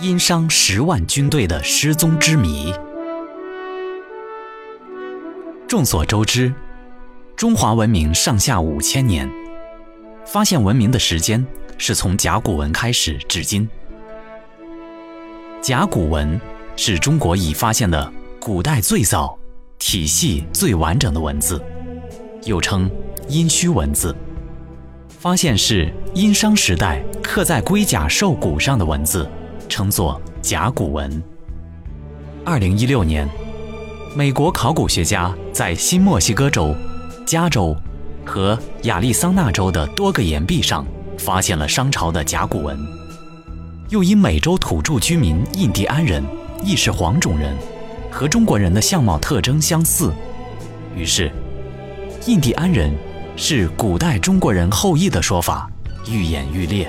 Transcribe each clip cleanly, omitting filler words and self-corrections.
殷商10万军队的失踪之谜。众所周知，中华文明上下5000年，发现文明的时间是从甲骨文开始至今。甲骨文是中国已发现的古代最早、体系最完整的文字，又称殷墟文字。发现是殷商时代刻在龟甲兽骨上的文字，称作甲骨文。2016年，美国考古学家在新墨西哥州、加州和亚利桑那州的多个岩壁上发现了商朝的甲骨文。又因美洲土著居民印第安人亦是黄种人，和中国人的相貌特征相似，于是印第安人是古代中国人后裔的说法愈演愈烈。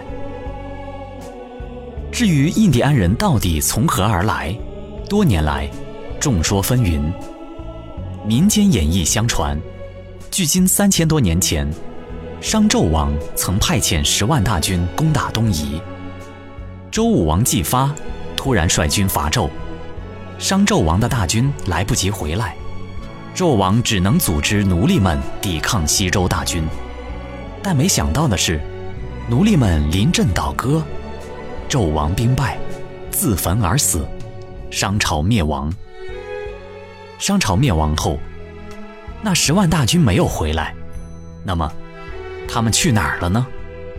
至于印第安人到底从何而来，多年来众说纷纭。民间演绎相传，距今3000多年前，商纣王曾派遣10万大军攻打东夷。周武王姬发突然率军伐纣，商纣王的大军来不及回来，纣王只能组织奴隶们抵抗西周大军。但没想到的是，奴隶们临阵倒戈，纣王兵败，自焚而死，商朝灭亡。商朝灭亡后，那10万大军没有回来，那么他们去哪儿了呢？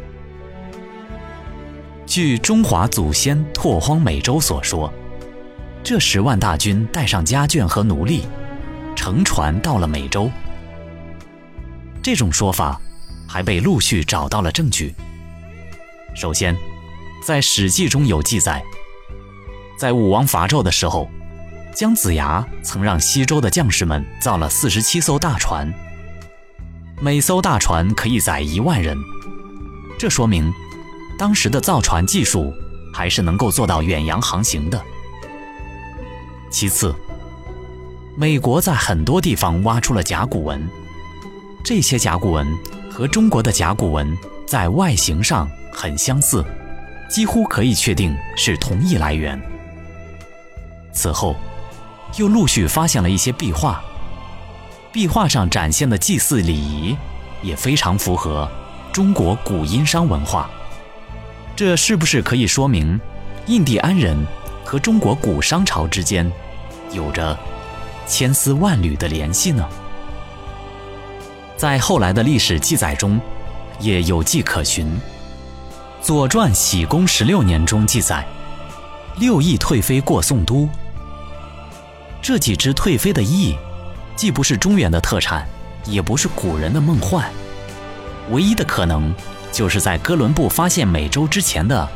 据中华祖先拓荒美洲所说，这10万大军带上家眷和奴隶，乘船到了美洲。这种说法还被陆续找到了证据。首先，在《史记》中有记载，在武王伐纣的时候，姜子牙曾让西周的将士们造了47艘大船，每艘大船可以载1万人，这说明当时的造船技术还是能够做到远洋航行的。其次，美国在很多地方挖出了甲骨文，这些甲骨文和中国的甲骨文在外形上很相似，几乎可以确定是同一来源。此后，又陆续发现了一些壁画，壁画上展现的祭祀礼仪也非常符合中国古殷商文化。这是不是可以说明印第安人和中国古商朝之间有着千丝万缕的联系呢？在后来的历史记载中也有迹可循。《左传·喜公16年》中记载，6翼退飞过宋都。这几只退飞的翼，既不是中原的特产，也不是古人的梦幻，唯一的可能就是在哥伦布发现美洲之前的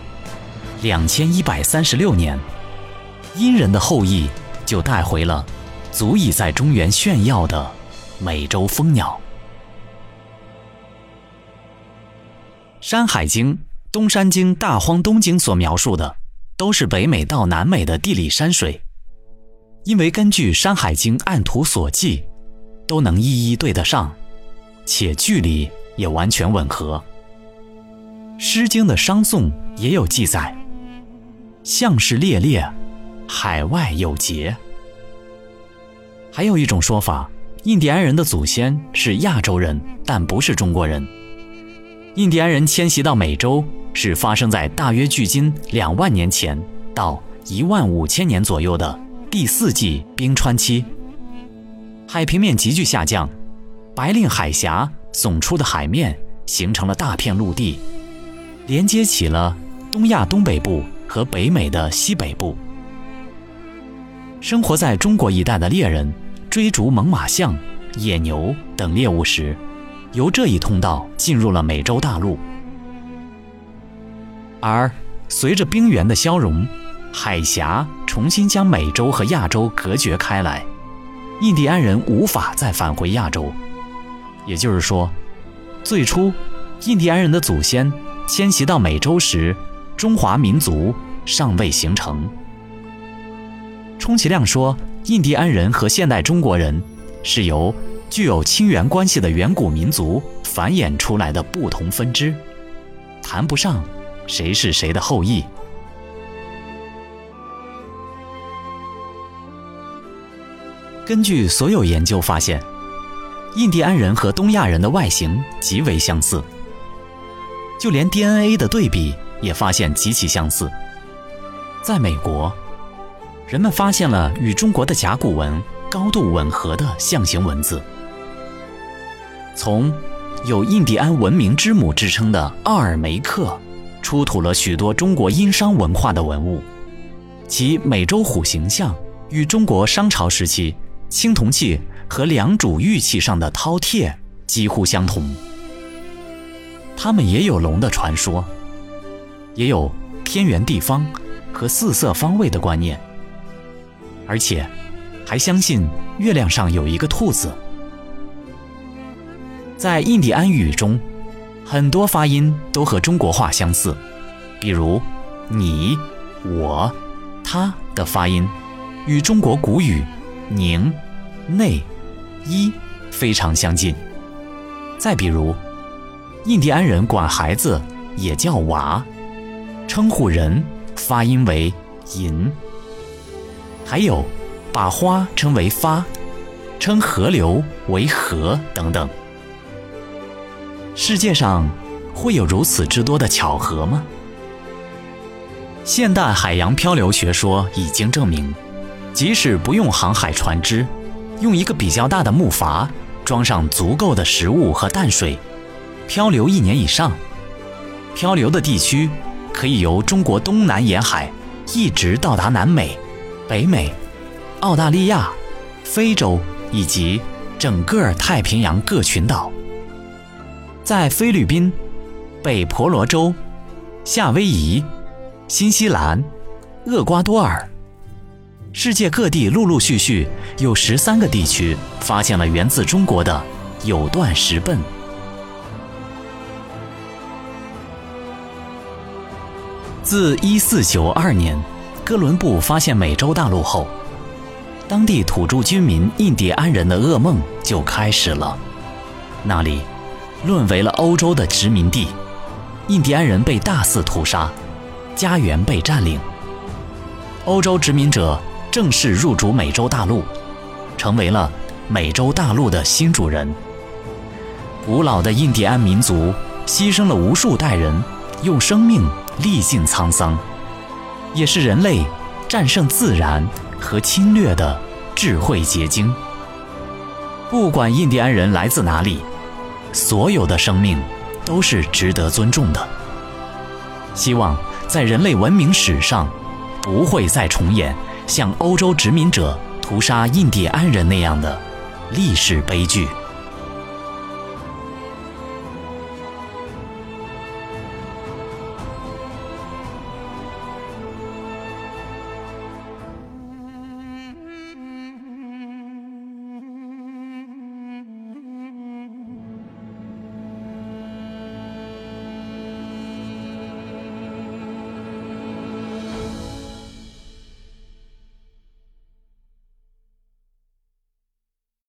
2136年，殷人的后裔就带回了足以在中原炫耀的美洲蜂鸟。《山海经》《东山经》《大荒东经》所描述的都是北美到南美的地理山水，因为根据《山海经》按图所记，都能一一对得上，且距离也完全吻合。《诗经》的商颂也有记载，象是猎猎，海外有节。还有一种说法，印第安人的祖先是亚洲人，但不是中国人。印第安人迁徙到美洲是发生在大约距今2万年前到15000年左右的第4纪冰川期。海平面急剧下降，白令海峡耸出的海面形成了大片陆地，连接起了东亚东北部和北美的西北部。生活在中国一带的猎人追逐猛犸象、野牛等猎物时，由这一通道进入了美洲大陆。而随着冰原的消融，海峡重新将美洲和亚洲隔绝开来，印第安人无法再返回亚洲。也就是说，最初印第安人的祖先迁徙到美洲时，中华民族尚未形成。充其量说，印第安人和现代中国人是由具有亲缘关系的远古民族繁衍出来的不同分支，谈不上谁是谁的后裔。 根据所有研究发现，印第安人和东亚人的外形极为相似，就连 DNA 的对比也发现极其相似。在美国，人们发现了与中国的甲骨文高度吻合的象形文字。从有印第安文明之母之称的奥尔梅克出土了许多中国殷商文化的文物，其美洲虎形象与中国商朝时期青铜器和良渚玉器上的饕餮几乎相同。他们也有龙的传说，也有天圆地方和四色方位的观念，而且还相信月亮上有一个兔子。在印第安语中，很多发音都和中国话相似，比如你、我、他的发音与中国古语宁、内、一非常相近。再比如，印第安人管孩子也叫娃，称呼人发音为银。还有把花称为发，称河流为河等等。世界上会有如此之多的巧合吗？现代海洋漂流学说已经证明，即使不用航海船只，用一个比较大的木筏装上足够的食物和淡水，漂流1年以上，漂流的地区可以由中国东南沿海一直到达南美、北美、澳大利亚、非洲以及整个太平洋各群岛。在菲律宾、北婆罗洲、夏威夷、新西兰、厄瓜多尔，世界各地陆陆续续有13个地区发现了源自中国的有段石笨。自1492年哥伦布发现美洲大陆后，当地土著居民印第安人的噩梦就开始了。那里沦为了欧洲的殖民地，印第安人被大肆屠杀，家园被占领。欧洲殖民者正式入主美洲大陆，成为了美洲大陆的新主人。古老的印第安民族牺牲了无数代人，用生命历尽沧桑，也是人类战胜自然和侵略的智慧结晶。不管印第安人来自哪里，所有的生命都是值得尊重的。希望在人类文明史上不会再重演像欧洲殖民者屠杀印第安人那样的历史悲剧。